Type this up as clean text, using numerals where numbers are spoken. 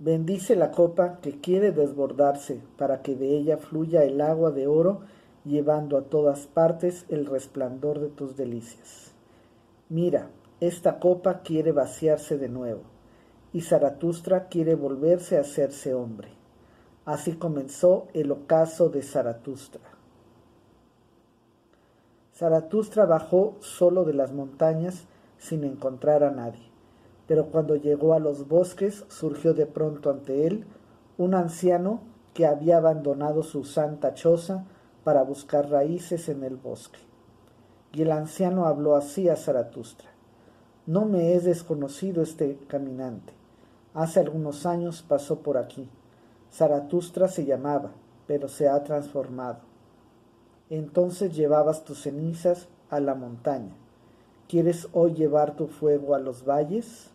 Bendice la copa que quiere desbordarse, para que de ella fluya el agua de oro, llevando a todas partes el resplandor de tus delicias. Mira, esta copa quiere vaciarse de nuevo, y Zaratustra quiere volverse a hacerse hombre. Así comenzó el ocaso de Zaratustra. Zaratustra bajó solo de las montañas sin encontrar a nadie, pero cuando llegó a los bosques surgió de pronto ante él un anciano que había abandonado su santa choza para buscar raíces en el bosque. Y el anciano habló así a Zaratustra: No me es desconocido este caminante. Hace algunos años pasó por aquí. Zaratustra se llamaba, pero se ha transformado. Entonces llevabas tus cenizas a la montaña. ¿Quieres hoy llevar tu fuego a los valles?